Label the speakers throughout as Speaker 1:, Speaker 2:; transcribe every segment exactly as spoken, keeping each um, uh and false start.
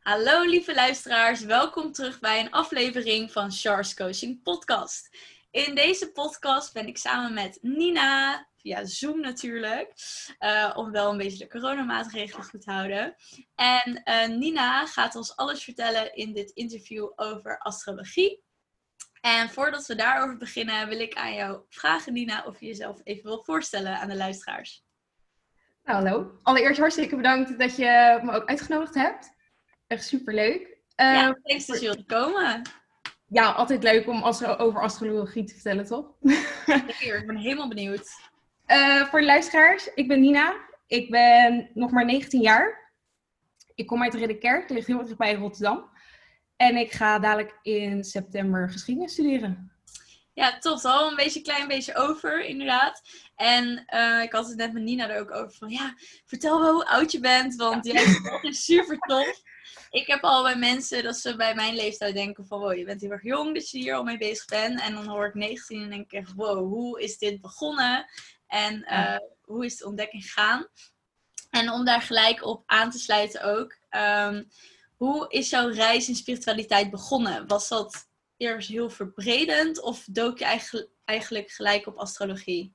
Speaker 1: Hallo lieve luisteraars, welkom terug bij een aflevering van Char's Coaching Podcast. In deze podcast ben ik samen met Nina, via Zoom natuurlijk, uh, om wel een beetje de coronamaatregelen goed te houden. En uh, Nina gaat ons alles vertellen in dit interview over astrologie. En voordat we daarover beginnen wil ik aan jou vragen, Nina, of je jezelf even wil voorstellen aan de luisteraars.
Speaker 2: Nou, hallo. Allereerst hartstikke bedankt dat je me ook uitgenodigd hebt. Echt superleuk. Uh,
Speaker 1: ja, thanks dat je wilde komen.
Speaker 2: Ja, altijd leuk om astro- over astrologie te vertellen, toch?
Speaker 1: Zeker, ik ben helemaal benieuwd.
Speaker 2: Uh, voor de luisteraars, ik ben Nina. Ik ben nog maar negentien jaar. Ik kom uit Ridderkerk, dat ligt heel erg bij Rotterdam. En ik ga dadelijk in september geschiedenis studeren.
Speaker 1: Ja, tof. Al een beetje, klein beetje over, inderdaad. En uh, ik had het net met Nina er ook over van, ja, vertel wel hoe oud je bent, want ja. jij is altijd super tof. Ik heb al bij mensen dat ze bij mijn leeftijd denken van, wow, je bent heel erg jong dat je hier al mee bezig bent. En dan hoor ik negentien en denk ik echt, wow, hoe is dit begonnen? En uh, ja. hoe is de ontdekking gegaan? En om daar gelijk op aan te sluiten ook, um, hoe is jouw reis in spiritualiteit begonnen? Was dat eerst heel verbredend of dook je eigenlijk, eigenlijk gelijk op astrologie?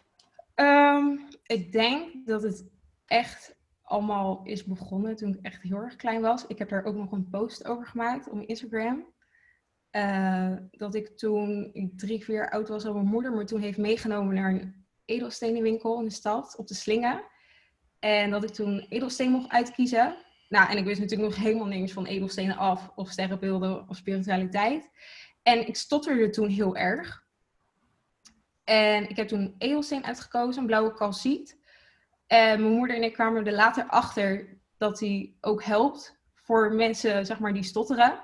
Speaker 2: Um, ik denk dat het echt allemaal is begonnen toen ik echt heel erg klein was. Ik heb daar ook nog een post over gemaakt op mijn Instagram. Uh, dat ik toen ik drie, vier jaar oud was, al mijn moeder me toen heeft meegenomen naar een edelstenenwinkel in de stad op de Slinge. En dat ik toen edelsteen mocht uitkiezen. Nou, en ik wist natuurlijk nog helemaal niks van edelstenen af, of sterrenbeelden, of spiritualiteit. En ik stotterde toen heel erg. En ik heb toen een edelsteen uitgekozen, een blauwe calciet. En mijn moeder en ik kwamen er later achter dat die ook helpt voor mensen, zeg maar, die stotteren.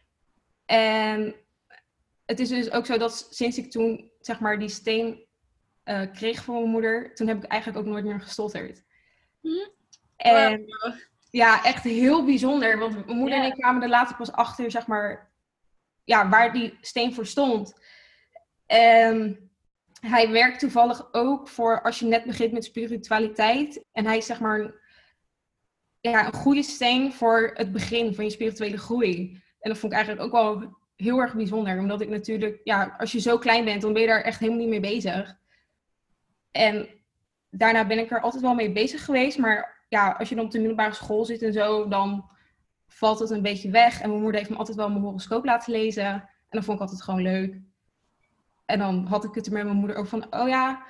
Speaker 2: En het is dus ook zo dat sinds ik toen, zeg maar, die steen uh, kreeg van mijn moeder, toen heb ik eigenlijk ook nooit meer gestotterd.
Speaker 1: Hm?
Speaker 2: En
Speaker 1: wow.
Speaker 2: ja, echt heel bijzonder. Want mijn moeder yeah. en ik kwamen er later pas achter, zeg maar, ja, waar die steen voor stond. En hij werkt toevallig ook voor als je net begint met spiritualiteit. En hij is, zeg maar, een, ja, een goede steen voor het begin van je spirituele groei. En dat vond ik eigenlijk ook wel heel erg bijzonder. Omdat ik natuurlijk, ja, als je zo klein bent, dan ben je daar echt helemaal niet mee bezig. En daarna ben ik er altijd wel mee bezig geweest. Maar ja, als je dan op de middelbare school zit en zo, dan valt het een beetje weg. En mijn moeder heeft me altijd wel mijn horoscoop laten lezen. En dat vond ik altijd gewoon leuk. En dan had ik het er met mijn moeder over van, oh ja,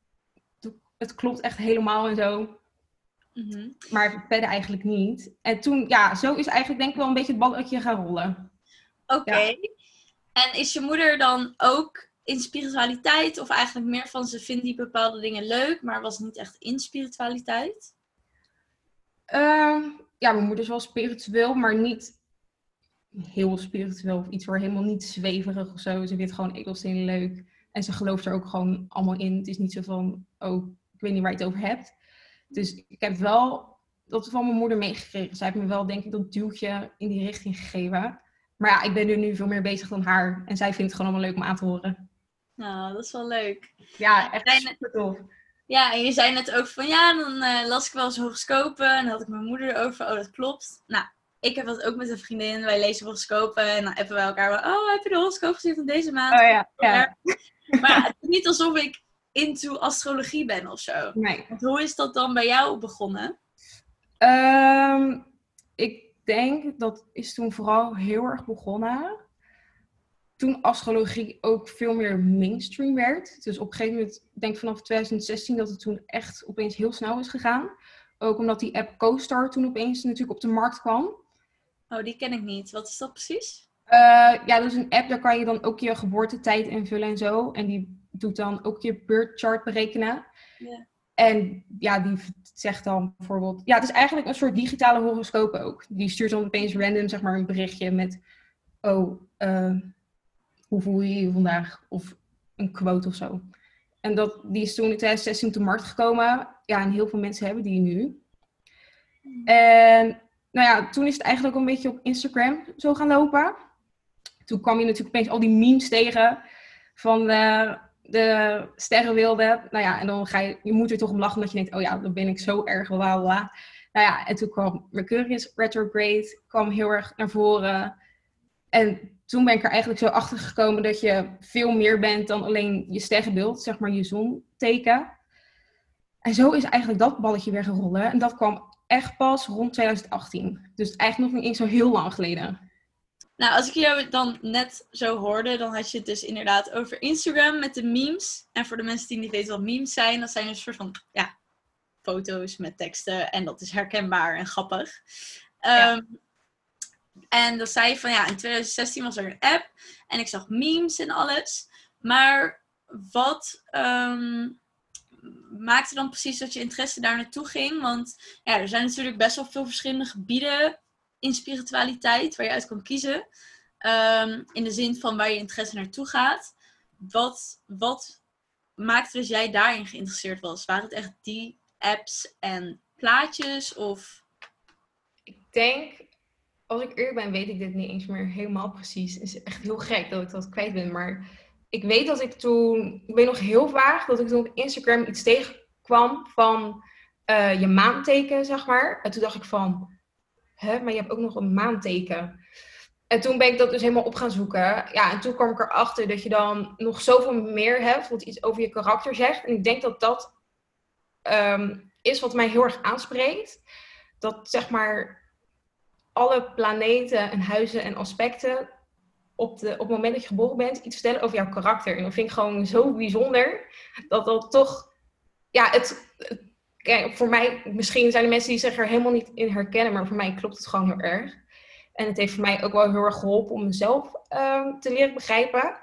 Speaker 2: het klopt echt helemaal en zo.
Speaker 1: Mm-hmm.
Speaker 2: Maar verder eigenlijk niet. En toen, ja, zo is eigenlijk denk ik wel een beetje het balletje gaan rollen.
Speaker 1: Oké. Okay. Ja. En is je moeder dan ook in spiritualiteit? Of eigenlijk meer van, ze vindt die bepaalde dingen leuk, maar was niet echt in spiritualiteit?
Speaker 2: Uh, ja, mijn moeder is wel spiritueel, maar niet heel spiritueel of iets waar helemaal niet zweverig of zo. Ze vindt gewoon edelstenen leuk. En ze gelooft er ook gewoon allemaal in. Het is niet zo van, oh, ik weet niet waar je het over hebt. Dus ik heb wel dat van mijn moeder meegekregen. Zij heeft me wel, denk ik, dat duwtje in die richting gegeven. Maar ja, ik ben er nu veel meer bezig dan haar. En zij vindt het gewoon allemaal leuk om aan te horen.
Speaker 1: Nou, dat is wel leuk.
Speaker 2: Ja, echt super tof.
Speaker 1: Ja, en je zei net ook van, ja, dan uh, las ik wel eens horoscopen. En dan had ik mijn moeder erover. Oh, dat klopt. Nou, ik heb dat ook met een vriendin. Wij lezen horoscopen en dan appen wij elkaar. Oh, heb je de horoscoop gezien van deze maand?
Speaker 2: Oh ja, ja.
Speaker 1: Maar ja, het is niet alsof ik into astrologie ben of zo.
Speaker 2: Nee.
Speaker 1: Want hoe is dat dan bij jou begonnen?
Speaker 2: Um, ik denk dat is toen vooral heel erg begonnen toen astrologie ook veel meer mainstream werd. Dus op een gegeven moment, ik denk vanaf twintig zestien, dat het toen echt opeens heel snel is gegaan. Ook omdat die app CoStar toen opeens natuurlijk op de markt kwam.
Speaker 1: Oh, die ken ik niet. Wat is dat precies?
Speaker 2: Uh, ja, dat is een app, daar kan je dan ook je geboortetijd invullen en zo. En die doet dan ook je birth chart berekenen.
Speaker 1: Yeah.
Speaker 2: En ja, die zegt dan bijvoorbeeld... Ja, het is eigenlijk een soort digitale horoscoop ook. Die stuurt dan opeens random, zeg maar, een berichtje met... Oh, uh, hoe voel je je vandaag? Of een quote of zo. En dat, die is toen in twintig zestien op de markt gekomen. Ja, en heel veel mensen hebben die nu. En nou ja, toen is het eigenlijk ook een beetje op Instagram zo gaan lopen. Toen kwam je natuurlijk opeens al die memes tegen van de, de sterrenbeelden. Nou ja, en dan ga je, je moet er toch om lachen omdat je denkt, oh ja, dan ben ik zo erg, bla bla. Nou ja, en toen kwam Mercurius retrograde, kwam heel erg naar voren. En toen ben ik er eigenlijk zo achter gekomen dat je veel meer bent dan alleen je sterrenbeeld, zeg maar je zonteken. En zo is eigenlijk dat balletje weer gerollen. En dat kwam echt pas rond twintig achttien. Dus eigenlijk nog niet eens zo heel lang geleden.
Speaker 1: Nou, als ik jou dan net zo hoorde, dan had je het dus inderdaad over Instagram met de memes. En voor de mensen die niet weten wat memes zijn, dat zijn dus een soort van, ja, foto's met teksten. En dat is herkenbaar en grappig.
Speaker 2: Ja.
Speaker 1: Um, en dan zei je van, ja, in twintig zestien was er een app. En ik zag memes en alles. Maar wat um, maakte dan precies dat je interesse daar naartoe ging? Want ja, er zijn natuurlijk best wel veel verschillende gebieden in spiritualiteit waar je uit kan kiezen. Um, in de zin van waar je interesse naartoe gaat. Wat, wat maakte dus jij daarin geïnteresseerd was? Waren het echt die apps en plaatjes? Of...
Speaker 2: Ik denk, als ik eerlijk ben, weet ik dit niet eens meer helemaal precies. Het is echt heel gek dat ik dat kwijt ben. Maar ik weet dat ik toen, ik weet nog heel vaag, dat ik toen op Instagram iets tegenkwam van uh, je maanteken, zeg maar. En toen dacht ik van, hè, maar je hebt ook nog een maanteken. En toen ben ik dat dus helemaal op gaan zoeken. Ja, en toen kwam ik erachter dat je dan nog zoveel meer hebt, wat iets over je karakter zegt. En ik denk dat dat um, is wat mij heel erg aanspreekt. Dat, zeg maar, alle planeten en huizen en aspecten op, de, op het moment dat je geboren bent iets vertellen over jouw karakter. En dat vind ik gewoon zo bijzonder. Dat dat toch, ja, het, het kijk, voor mij, misschien zijn er mensen die zich er helemaal niet in herkennen, maar voor mij klopt het gewoon heel erg. En het heeft voor mij ook wel heel erg geholpen om mezelf uh, te leren begrijpen.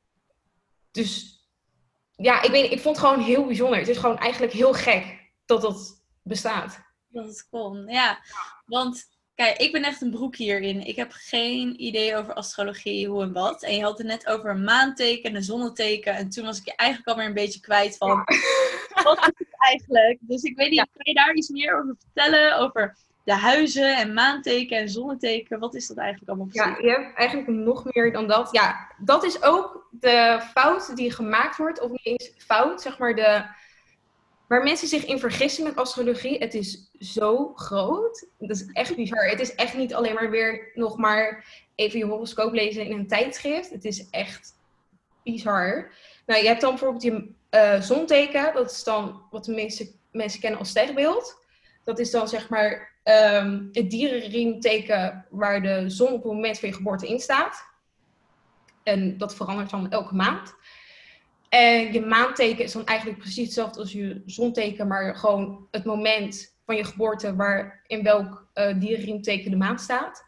Speaker 2: Dus ja, ik, weet, ik vond het gewoon heel bijzonder. Het is gewoon eigenlijk heel gek dat dat bestaat.
Speaker 1: Dat het kon, ja. Want kijk, ik ben echt een broek hierin. Ik heb geen idee over astrologie, hoe en wat. En je had het net over een maanteken en een zonneteken. En toen was ik je eigenlijk alweer een beetje kwijt van... Ja. Wat is het eigenlijk? Dus ik weet niet, ja. Kan je daar iets meer over vertellen? Over de huizen en maanteken en zonneteken. Wat is dat eigenlijk allemaal precies?
Speaker 2: Ja, je hebt eigenlijk nog meer dan dat. Ja, dat is ook de fout die gemaakt wordt. Of niet eens fout, zeg maar de... Waar mensen zich in vergissen met astrologie, het is zo groot. Dat is echt bizar. Het is echt niet alleen maar weer nog maar even je horoscoop lezen in een tijdschrift. Het is echt bizar. Nou, je hebt dan bijvoorbeeld je uh, zonteken. Dat is dan wat de meeste mensen kennen als sterrenbeeld. Dat is dan zeg maar um, het dierenriemteken waar de zon op het moment van je geboorte in staat. En dat verandert dan elke maand. En je maanteken is dan eigenlijk precies hetzelfde als je zonteken, maar gewoon het moment van je geboorte waar in welk uh, dierenriemteken de maan staat.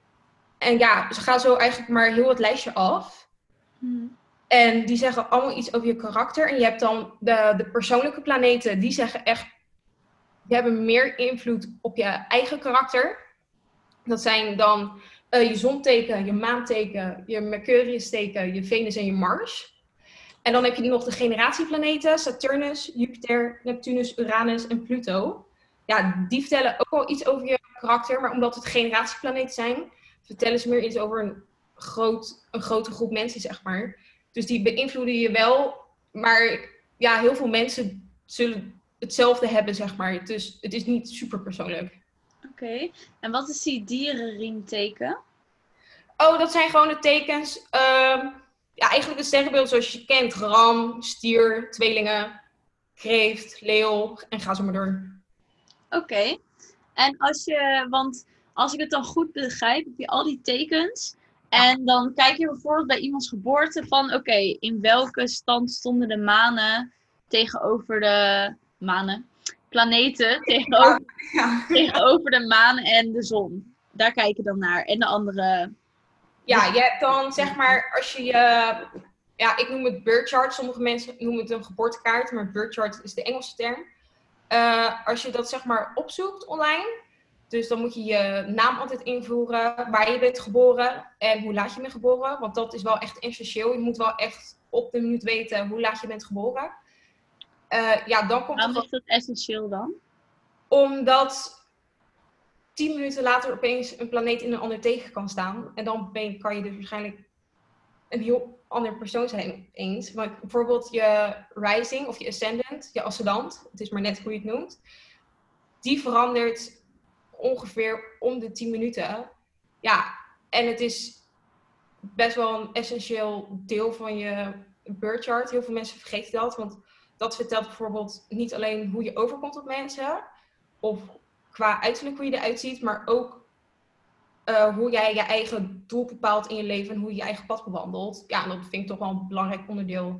Speaker 2: En ja, ze gaan zo eigenlijk maar heel het lijstje af. Hmm. En die zeggen allemaal iets over je karakter. En je hebt dan de, de persoonlijke planeten, die zeggen echt, die hebben meer invloed op je eigen karakter. Dat zijn dan uh, je zonteken, je maanteken, je Mercuriusteken, je Venus en je Mars. En dan heb je nog de generatieplaneten, Saturnus, Jupiter, Neptunus, Uranus en Pluto. Ja, die vertellen ook wel iets over je karakter, maar omdat het generatieplaneten zijn, vertellen ze meer iets over een, groot, een grote groep mensen, zeg maar. Dus die beïnvloeden je wel, maar ja, heel veel mensen zullen hetzelfde hebben, zeg maar. Dus het is niet super persoonlijk.
Speaker 1: Oké, okay. En wat is die dierenriemteken?
Speaker 2: Oh, dat zijn gewoon de tekens... Uh, Ja, eigenlijk het sterrenbeeld zoals je kent. Ram, stier, tweelingen, kreeft, leeuw en ga zo maar door.
Speaker 1: Oké. Okay. En als je, want als ik het dan goed begrijp, heb je al die tekens. Ja. En dan kijk je bijvoorbeeld bij iemands geboorte van, oké, okay, in welke stand stonden de manen tegenover de manen? Planeten tegenover, ja. Ja. tegenover de maan en de zon. Daar kijk je dan naar. En de andere...
Speaker 2: Ja, je hebt dan zeg maar, als je je, ja, ik noem het birth chart. Sommige mensen noemen het een geboortekaart, maar birth chart is de Engelse term. Uh, als je dat zeg maar opzoekt online, dus dan moet je je naam altijd invoeren, waar je bent geboren en hoe laat je bent geboren. Want dat is wel echt essentieel. Je moet wel echt op de minuut weten hoe laat je bent geboren. Uh, ja, dan komt
Speaker 1: Waarom is dat essentieel dan?
Speaker 2: Omdat... tien minuten later opeens een planeet in een ander teken kan staan. En dan ben, kan je dus waarschijnlijk een heel ander persoon zijn eens. Maar bijvoorbeeld je rising of je ascendant, je ascendant, het is maar net hoe je het noemt. Die verandert ongeveer om de tien minuten. Ja, en het is best wel een essentieel deel van je birth chart. Heel veel mensen vergeten dat, want dat vertelt bijvoorbeeld niet alleen hoe je overkomt op mensen, of qua uiterlijk hoe je eruit ziet, maar ook uh, hoe jij je eigen doel bepaalt in je leven en hoe je je eigen pad bewandelt. Ja, en dat vind ik toch wel een belangrijk onderdeel.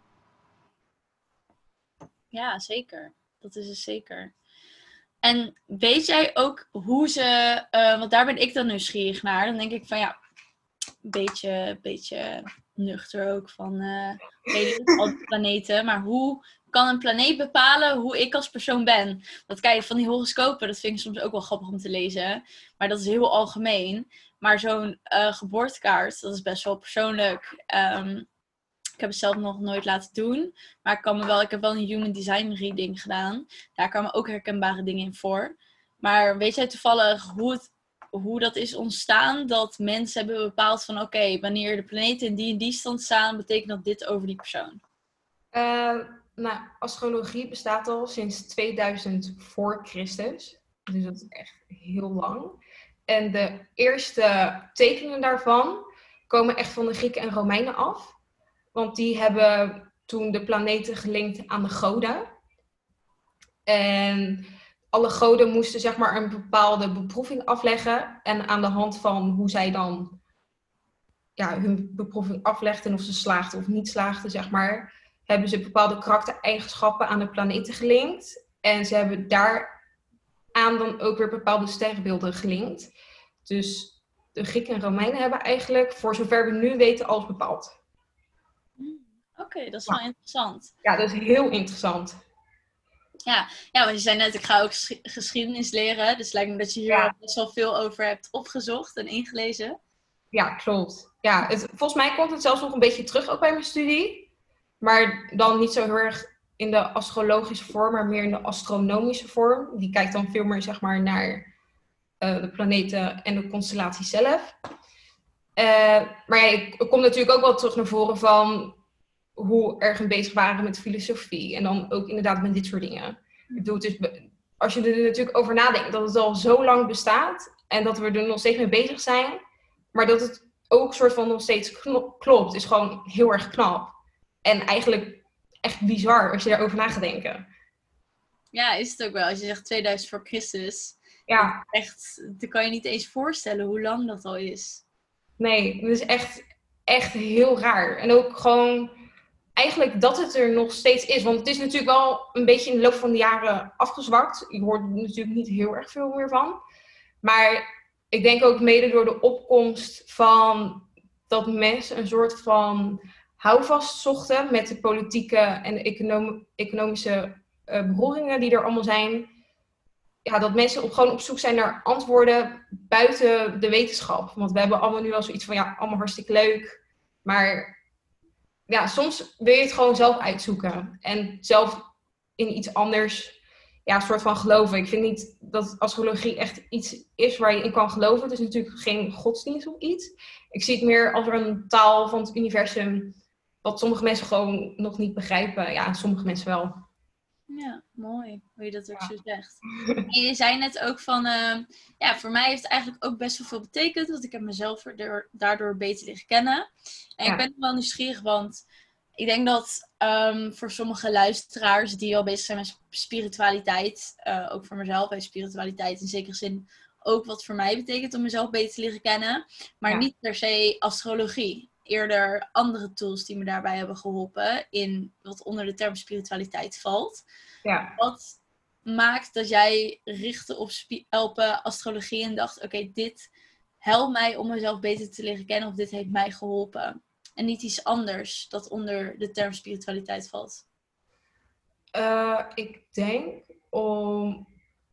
Speaker 1: Ja, zeker. Dat is het zeker. En weet jij ook hoe ze... Uh, want daar ben ik dan nieuwsgierig naar. Dan denk ik van ja, een beetje, beetje nuchter ook van uh, al die planeten. Maar hoe kan een planeet bepalen hoe ik als persoon ben? Dat kijk je van die horoscopen, dat vind ik soms ook wel grappig om te lezen. Maar dat is heel algemeen. Maar zo'n uh, geboortekaart, dat is best wel persoonlijk. Um, Ik heb het zelf nog nooit laten doen. Maar ik, kan me wel, ik heb wel een human design reading gedaan. Daar komen ook herkenbare dingen in voor. Maar weet jij toevallig hoe, het, hoe dat is ontstaan? Dat mensen hebben bepaald van... Oké, okay, wanneer de planeten in die en die stand staan... betekent dat dit over die persoon?
Speaker 2: Uh, nou, astrologie bestaat al sinds tweeduizend voor Christus. Dus dat is echt heel lang. En de eerste tekeningen daarvan... komen echt van de Grieken en Romeinen af. Want die hebben toen de planeten gelinkt aan de goden. En alle goden moesten zeg maar een bepaalde beproeving afleggen. En aan de hand van hoe zij dan ja, hun beproeving aflegden, of ze slaagden of niet slaagden, zeg maar, hebben ze bepaalde karaktereigenschappen aan de planeten gelinkt. En ze hebben daaraan dan ook weer bepaalde sterrenbeelden gelinkt. Dus de Grieken en Romeinen hebben eigenlijk, voor zover we nu weten, alles bepaald.
Speaker 1: Oké, okay, dat is wel ja. interessant.
Speaker 2: Ja, dat is heel interessant.
Speaker 1: Ja, ja, want je zei net, ik ga ook geschiedenis leren. Dus het lijkt me dat je hier ja. best wel veel over hebt opgezocht en ingelezen.
Speaker 2: Ja, klopt. Ja, het, volgens mij komt het zelfs nog een beetje terug ook bij mijn studie. Maar dan niet zo heel erg in de astrologische vorm, maar meer in de astronomische vorm. Die kijkt dan veel meer zeg maar naar uh, de planeten en de constellatie zelf. Uh, maar ja, ik, ik kom natuurlijk ook wel terug naar voren van hoe erg bezig waren met filosofie. En dan ook inderdaad met dit soort dingen. Ik bedoel, het is, als je er natuurlijk over nadenkt dat het al zo lang bestaat. En dat we er nog steeds mee bezig zijn. Maar dat het ook soort van nog steeds klopt. Is gewoon heel erg knap. En eigenlijk echt bizar als je daarover na gaat denken.
Speaker 1: Ja, is het ook wel. Als je zegt tweeduizend voor Christus.
Speaker 2: Ja.
Speaker 1: Echt, dan kan je niet eens voorstellen hoe lang dat al is.
Speaker 2: Nee, het is echt, echt heel raar. En ook gewoon eigenlijk dat het er nog steeds is. Want het is natuurlijk wel een beetje in de loop van de jaren afgezwakt. Je hoort er natuurlijk niet heel erg veel meer van. Maar ik denk ook mede door de opkomst van dat mensen een soort van houvast zochten met de politieke en de econom- economische uh, beroeringen die er allemaal zijn. Ja, dat mensen op, gewoon op zoek zijn naar antwoorden buiten de wetenschap. Want we hebben allemaal nu wel zoiets van, ja, allemaal hartstikke leuk. Maar ja, soms wil je het gewoon zelf uitzoeken. En zelf in iets anders, ja, een soort van geloven. Ik vind niet dat astrologie echt iets is waar je in kan geloven. Het is natuurlijk geen godsdienst of iets. Ik zie het meer als een taal van het universum, wat sommige mensen gewoon nog niet begrijpen. Ja, sommige mensen wel.
Speaker 1: Ja, mooi hoe je dat ook ja. zo zegt. En je zei net ook van, uh, ja, voor mij heeft het eigenlijk ook best wel veel betekend, want ik heb mezelf er daardoor beter leren kennen. En ja. ik ben wel nieuwsgierig, want ik denk dat um, voor sommige luisteraars die al bezig zijn met spiritualiteit, uh, ook voor mezelf heeft spiritualiteit in zekere zin ook wat voor mij betekent om mezelf beter te leren kennen, maar ja. niet per se astrologie. Eerder andere tools die me daarbij hebben geholpen in wat onder de term spiritualiteit valt.
Speaker 2: Ja.
Speaker 1: Wat maakt dat jij richtte op, spi- op uh, astrologie en dacht, oké, okay, dit helpt mij om mezelf beter te leren kennen of dit heeft mij geholpen. En niet iets anders dat onder de term spiritualiteit valt.
Speaker 2: Uh, ik denk om...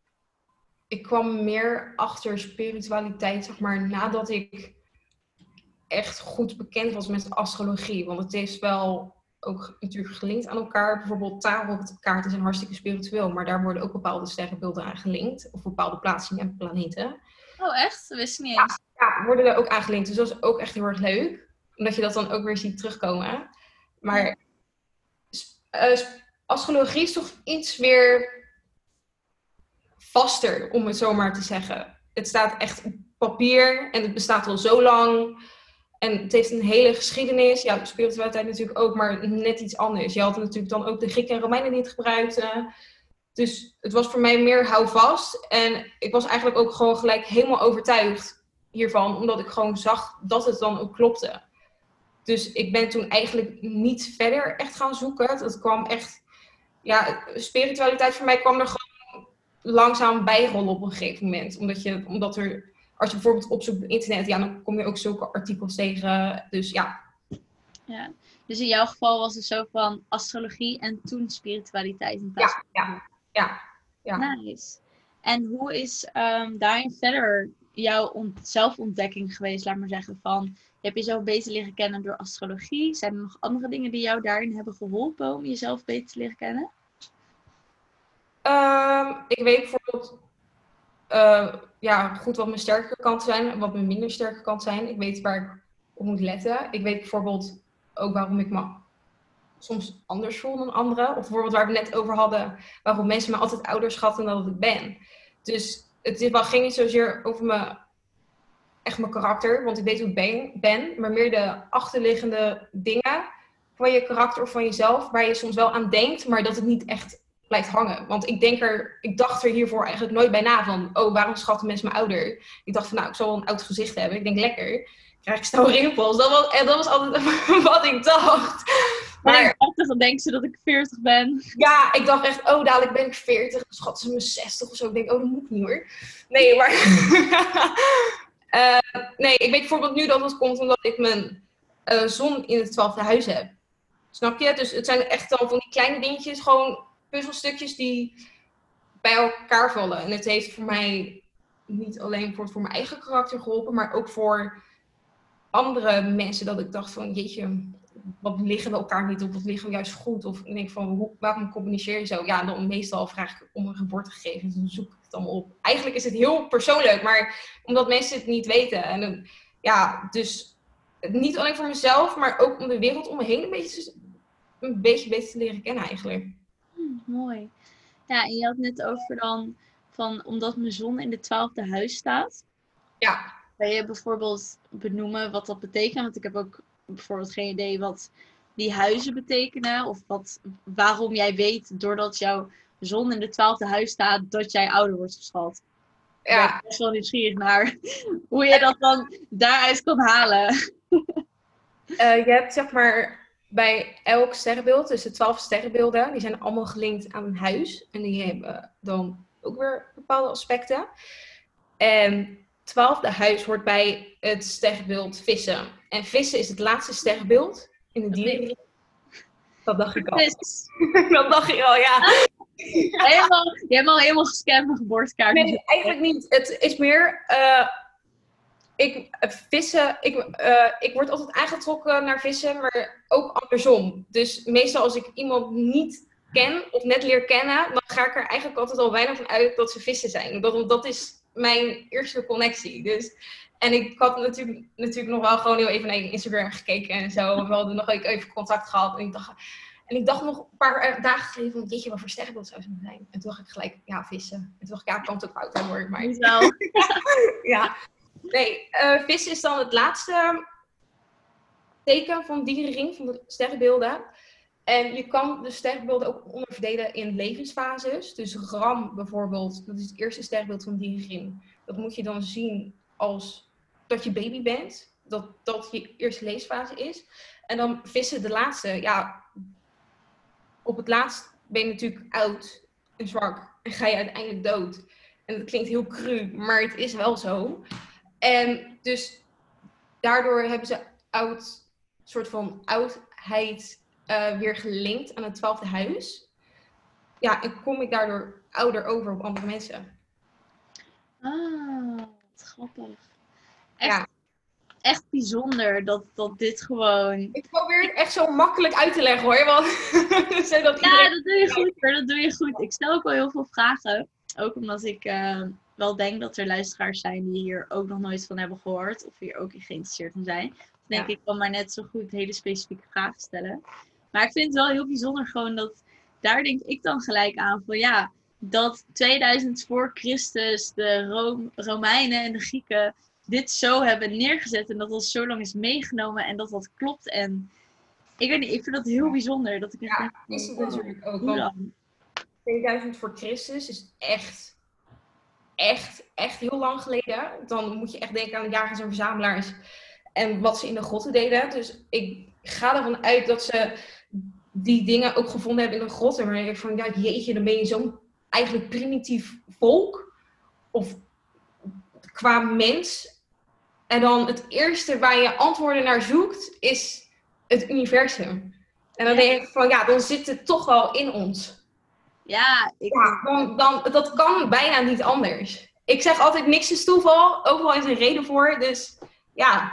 Speaker 2: Ik kwam meer achter spiritualiteit, zeg maar, nadat ik echt goed bekend was met astrologie. Want het is wel ook natuurlijk gelinkt aan elkaar. Bijvoorbeeld tarotkaarten zijn hartstikke spiritueel, maar daar worden ook bepaalde sterrenbeelden aan gelinkt. Of bepaalde plaatsingen en planeten.
Speaker 1: Oh echt? Dat wist ik niet
Speaker 2: eens. Ja, ja, worden er ook aan gelinkt. Dus dat is ook echt heel erg leuk. Omdat je dat dan ook weer ziet terugkomen. Maar uh, astrologie is toch iets weer vaster, om het zo maar te zeggen. Het staat echt op papier en het bestaat al zo lang. En het heeft een hele geschiedenis. Ja, de spiritualiteit natuurlijk ook, maar net iets anders. Je had natuurlijk dan ook de Grieken en Romeinen die het gebruikten. Dus het was voor mij meer houvast. En ik was eigenlijk ook gewoon gelijk helemaal overtuigd hiervan. Omdat ik gewoon zag dat het dan ook klopte. Dus ik ben toen eigenlijk niet verder echt gaan zoeken. Het kwam echt... Ja, spiritualiteit voor mij kwam er gewoon langzaam bij rollen op een gegeven moment. Omdat, je, omdat er... Als je bijvoorbeeld opzoekt op internet, ja, dan kom je ook zulke artikels tegen. Dus ja.
Speaker 1: Ja. Dus in jouw geval was het zo van astrologie en toen spiritualiteit in plaats
Speaker 2: Ja,
Speaker 1: van...
Speaker 2: ja, ja, ja.
Speaker 1: Nice. En hoe is um, daarin verder jouw ont- zelfontdekking geweest, laat maar zeggen, van... Heb je jezelf beter leren kennen door astrologie? Zijn er nog andere dingen die jou daarin hebben geholpen om jezelf beter te leren kennen?
Speaker 2: Um, ik weet bijvoorbeeld uh, ja, goed wat mijn sterke kanten zijn en wat mijn minder sterke kanten zijn. Ik weet waar ik op moet letten. Ik weet bijvoorbeeld ook waarom ik me soms anders voel dan anderen. Of bijvoorbeeld waar we het net over hadden, waarom mensen me altijd ouder schatten dan dat ik ben. Dus het is wel ging niet zozeer over me, echt mijn karakter, want ik weet hoe ik ben, ben, maar meer de achterliggende dingen van je karakter of van jezelf, waar je soms wel aan denkt, maar dat het niet echt blijft hangen. Want ik denk er, ik dacht er hiervoor eigenlijk nooit bij na van, oh, waarom schatten mensen me ouder? Ik dacht van, nou, ik zal wel een oud gezicht hebben. Ik denk, lekker, krijg ik snel rimpels. Dat was, en dat was altijd wat ik dacht.
Speaker 1: Maar dan denken ze dat ik veertig ben.
Speaker 2: Ja, ik dacht echt, oh, dadelijk ben ik veertig. Dan schatten ze me zestig of zo. Ik denk, oh, dat moet ik niet hoor. Nee, maar... uh, nee, ik weet bijvoorbeeld nu dat het komt omdat ik mijn uh, zon in het twaalfde huis heb. Snap je? Dus het zijn echt dan van die kleine dingetjes, gewoon puzzelstukjes die bij elkaar vallen. En het heeft voor mij niet alleen voor, voor mijn eigen karakter geholpen, maar ook voor andere mensen. Dat ik dacht van, jeetje, wat liggen we elkaar niet op? Wat liggen we juist goed? Of ik denk van, hoe, waarom communiceer je zo? Ja, dan meestal vraag ik om een geboortegegevens en dan zoek ik het allemaal op. Eigenlijk is het heel persoonlijk, maar omdat mensen het niet weten. En dan, ja, dus niet alleen voor mezelf, maar ook om de wereld om me heen een beetje, een beetje beter te leren kennen eigenlijk.
Speaker 1: Hmm, mooi. Ja, en je had net over dan van, omdat mijn zon in de twaalfde huis staat.
Speaker 2: Ja.
Speaker 1: Kan je bijvoorbeeld benoemen wat dat betekent? Want ik heb ook bijvoorbeeld geen idee wat die huizen betekenen. Of wat, waarom jij weet, doordat jouw zon in de twaalfde huis staat, dat jij ouder wordt geschat.
Speaker 2: Ja.
Speaker 1: Ik ben best wel nieuwsgierig naar hoe je dat dan daaruit kan halen.
Speaker 2: Uh, je hebt zeg maar bij elk sterrenbeeld, dus de twaalf sterrenbeelden, die zijn allemaal gelinkt aan een huis. En die hebben dan ook weer bepaalde aspecten. En twaalfde huis hoort bij het sterrenbeeld vissen. En vissen is het laatste sterrenbeeld in de dieren. Dat dacht ik al. Dat dacht ik al, ja.
Speaker 1: Helemaal, je hebt al helemaal gescand mijn geboortekaart.
Speaker 2: Nee, eigenlijk niet. Het is meer... Uh, ik, vissen, ik, uh, ik word altijd aangetrokken naar vissen, maar ook andersom. Dus meestal als ik iemand niet ken of net leer kennen, dan ga ik er eigenlijk altijd al weinig van uit dat ze vissen zijn. Dat, dat is mijn eerste connectie. Dus, en ik had natuurlijk, natuurlijk nog wel gewoon heel even naar je Instagram gekeken en zo. We hadden nog even contact gehad. En ik dacht, en ik dacht nog een paar dagen geleden van, jeetje, wat voor sterrenbeeld zou ze zijn? En toen dacht ik gelijk, ja, vissen. En toen dacht ik, ja, ik kan het ook fout hebben hoor. Maar...
Speaker 1: ja.
Speaker 2: ja. Nee, uh, vissen is dan het laatste teken van dierenring, van de sterrenbeelden. En je kan de sterrenbeelden ook onderverdelen in levensfases. Dus Ram bijvoorbeeld, dat is het eerste sterrenbeeld van dierenring. Dat moet je dan zien als dat je baby bent. Dat dat je eerste levensfase is. En dan vissen de laatste. Ja, op het laatst ben je natuurlijk oud en zwak. En ga je uiteindelijk dood. En dat klinkt heel cru, maar het is wel zo. En dus daardoor hebben ze oud, soort van oudheid uh, weer gelinkt aan het twaalfde huis. Ja, en kom ik daardoor ouder over op andere mensen.
Speaker 1: Ah, wat grappig. Echt,
Speaker 2: ja.
Speaker 1: echt bijzonder dat, dat dit gewoon...
Speaker 2: Ik probeer het echt zo makkelijk uit te leggen hoor. Want zodat
Speaker 1: ja, iedereen... dat doe je goed hoor, dat doe je goed. Ik stel ook wel heel veel vragen. Ook omdat ik uh, wel denk dat er luisteraars zijn die hier ook nog nooit van hebben gehoord. Of hier ook in geïnteresseerd in zijn. Dus denk
Speaker 2: ja.
Speaker 1: ik kan maar net zo goed hele specifieke vragen stellen. Maar ik vind het wel heel bijzonder gewoon dat... Daar denk ik dan gelijk aan van ja, dat tweeduizend voor Christus de Ro- Romeinen en de Grieken dit zo hebben neergezet en dat dat zo lang is meegenomen en dat dat klopt. En ik weet niet, ik vind dat heel bijzonder. Dat ik echt
Speaker 3: Ja,
Speaker 1: denk,
Speaker 3: is het
Speaker 1: wow,
Speaker 3: natuurlijk ook.
Speaker 1: hoe
Speaker 3: Want
Speaker 1: dan?
Speaker 3: tweeduizend voor Christus is echt, echt, echt heel lang geleden. Dan moet je echt denken aan de jagers en verzamelaars en wat ze in de grotten deden. Dus ik ga ervan uit dat ze die dingen ook gevonden hebben in de grotten. Maar ik denk van, ja, jeetje, dan ben je zo'n eigenlijk primitief volk. Of qua mens. En dan het eerste waar je antwoorden naar zoekt, is het universum. En dan
Speaker 1: Ja.
Speaker 3: denk ik van, ja, dan zit het toch wel in ons.
Speaker 1: Ja, ik
Speaker 3: Ja, dan, dan, dat kan bijna niet anders. Ik zeg altijd, niks is toeval. Overal is een reden voor. Dus ja.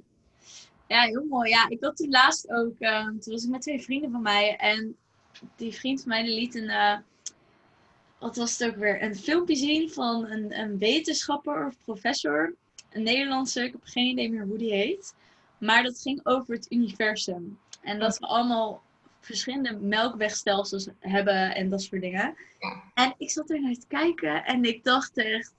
Speaker 1: Ja, heel mooi. Ja, ik had toen laatst ook, eh, toen was ik met twee vrienden van mij en die vriend van mij die liet een, eh, wat was het ook weer, een filmpje zien van een, een wetenschapper of professor, een Nederlandse, ik heb geen idee meer hoe die heet, maar dat ging over het universum. En dat we allemaal verschillende melkwegstelsels hebben en dat soort dingen.
Speaker 3: Ja.
Speaker 1: En ik zat er naar te kijken en ik dacht echt,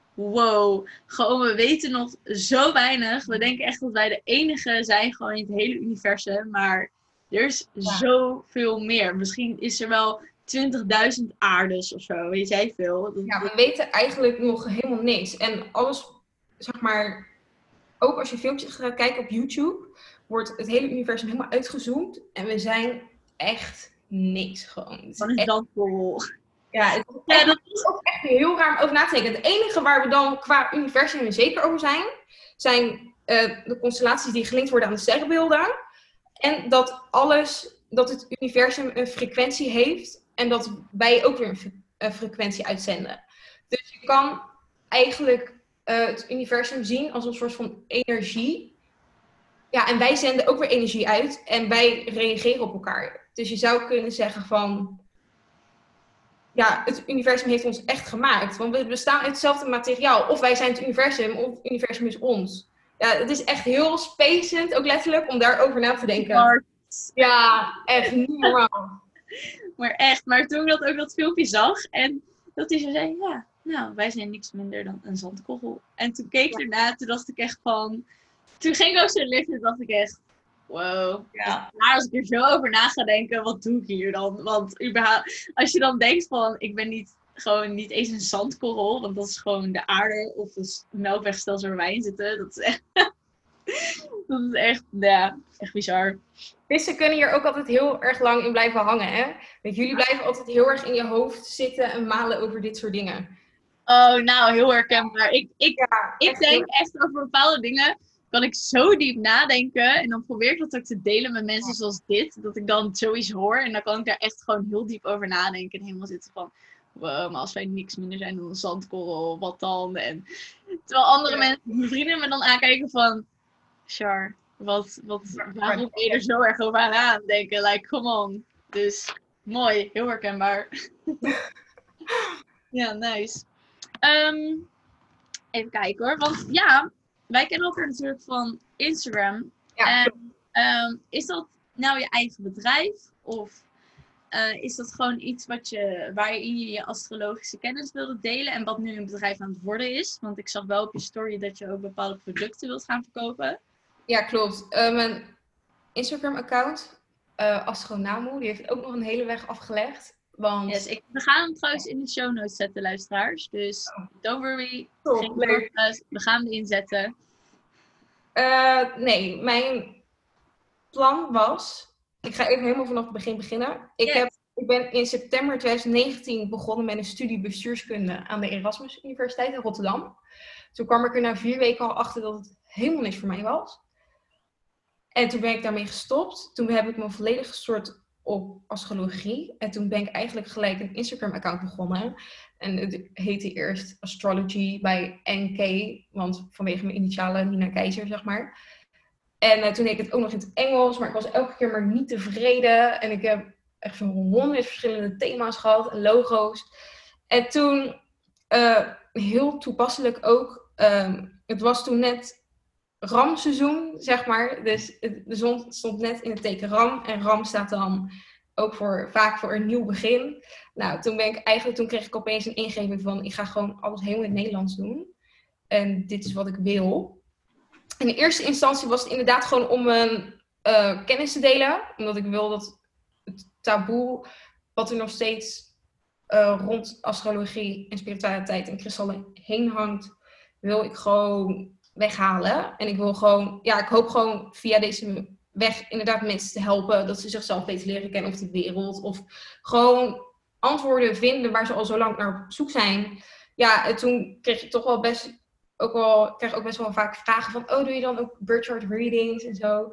Speaker 1: wow, gewoon we weten nog zo weinig. We denken echt dat wij de enige zijn gewoon in het hele universum. Maar er is
Speaker 3: Ja.
Speaker 1: zoveel meer. Misschien is er wel twintigduizend aardes of zo. Weet jij veel? Dat,
Speaker 3: Ja, we weten eigenlijk nog helemaal niks. En alles, zeg maar, ook als je filmpjes gaat kijken op YouTube, wordt het hele universum helemaal uitgezoomd. En we zijn echt niks gewoon. Het is
Speaker 1: van een
Speaker 3: echt,
Speaker 1: zandkorrel.
Speaker 3: ja, het is
Speaker 1: Ja,
Speaker 3: echt,
Speaker 1: dat
Speaker 3: het is ook echt heel raar om over na te denken. Het enige waar we dan qua universum zeker over zijn, zijn eh, de constellaties die gelinkt worden aan de sterrenbeelden. En dat alles, dat het universum een frequentie heeft en dat wij ook weer een, fre- een frequentie uitzenden. Dus je kan eigenlijk uh, het universum zien als een soort van energie. Ja, en wij zenden ook weer energie uit en wij reageren op elkaar. Dus je zou kunnen zeggen van, ja, het universum heeft ons echt gemaakt. Want we bestaan uit hetzelfde materiaal. Of wij zijn het universum, of het universum is ons. Ja, het is echt heel spacend, ook letterlijk, om daarover na te denken.
Speaker 1: Maar,
Speaker 3: Ja, echt niet normaal.
Speaker 1: maar echt, maar toen ik dat ook dat filmpje zag en dat hij zo zei, ja, nou, wij zijn niks minder dan een zandkorrel. En toen keek ik ernaar, toen dacht ik echt van, toen ging ik ook zo liggen, toen dacht ik echt, wow.
Speaker 3: Ja.
Speaker 1: Maar als ik er zo over na ga denken, wat doe ik hier dan? Want überhaupt, als je dan denkt van, ik ben niet, gewoon niet eens een zandkorrel, want dat is gewoon de aarde of het melkwegstelsel waar wij in zitten. Dat is echt, dat is echt, ja, echt bizar.
Speaker 3: Vissen kunnen hier ook altijd heel erg lang in blijven hangen, hè? Want jullie blijven altijd heel erg in je hoofd zitten en malen over dit soort dingen.
Speaker 1: Oh, nou, heel herkenbaar. Ik, ik,
Speaker 3: Ja,
Speaker 1: ik
Speaker 3: echt
Speaker 1: denk
Speaker 3: heel-
Speaker 1: echt over bepaalde dingen, kan ik zo diep nadenken. En dan probeer ik dat ook te delen met mensen zoals dit. Dat ik dan zoiets hoor. En dan kan ik daar echt gewoon heel diep over nadenken. En helemaal zitten van, wow, maar als wij niks minder zijn dan een zandkorrel, wat dan? En terwijl andere
Speaker 3: Ja.
Speaker 1: mensen, mijn vrienden me dan aankijken van, Char, wat, wat, waarom ben je er zo erg over aan het denken? Like, come on. Dus, mooi. Heel herkenbaar. Ja, nice. Ehm, even kijken hoor. Want ja, wij kennen elkaar natuurlijk van Instagram.
Speaker 3: Ja,
Speaker 1: En ehm, is dat nou je eigen bedrijf? Of eh, is dat gewoon iets wat je, waarin je je astrologische kennis wilde delen? En wat nu een bedrijf aan het worden is? Want ik zag wel op je story dat je ook bepaalde producten wilt gaan verkopen.
Speaker 3: ja, klopt. Uh, mijn Instagram-account, uh, Astronamu, die heeft ook nog een hele weg afgelegd. Want...
Speaker 1: Yes, ik, we gaan hem trouwens in de show notes zetten, luisteraars. Dus don't worry.
Speaker 3: Top,
Speaker 1: Geen
Speaker 3: leuk.
Speaker 1: zorgen, we gaan hem erin zetten.
Speaker 3: Uh, nee, mijn plan was... Ik ga even helemaal vanaf het begin beginnen. Ik,
Speaker 1: Yes.
Speaker 3: heb, ik ben in september twintig negentien begonnen met een studie bestuurskunde aan de Erasmus Universiteit in Rotterdam. Toen kwam ik er na vier weken al achter dat het helemaal niks voor mij was. En toen ben ik daarmee gestopt. Toen heb ik me volledig gestort op astrologie. En toen ben ik eigenlijk gelijk een Instagram-account begonnen. En het heette eerst Astrology bij N K. Want vanwege mijn initialen Nina Keizer, zeg maar. En uh, toen deed ik het ook nog in het Engels. Maar ik was elke keer maar niet tevreden. En ik heb echt zo'n honderd verschillende thema's gehad. En logo's. En toen, uh, heel toepasselijk ook. Um, het was toen net ramseizoen, zeg maar. Dus de zon stond net in het teken ram. En ram staat dan ook voor, vaak voor een nieuw begin. Nou, toen ben ik eigenlijk, toen kreeg ik opeens een ingeving van, ik ga gewoon alles helemaal in het Nederlands doen. En dit is wat ik wil. In eerste instantie was het inderdaad gewoon om mijn uh, kennis te delen. Omdat ik wil dat het taboe, wat er nog steeds uh, rond astrologie en spiritualiteit en kristallen heen hangt, wil ik gewoon weghalen. En ik wil gewoon, ja, ik hoop gewoon via deze weg inderdaad mensen te helpen, dat ze zichzelf beter leren kennen of de wereld. Of gewoon antwoorden vinden waar ze al zo lang naar op zoek zijn. Ja, en toen kreeg ik toch wel best, ook wel, kreeg ook best wel vaak vragen van, oh, doe je dan ook birth chart readings en zo?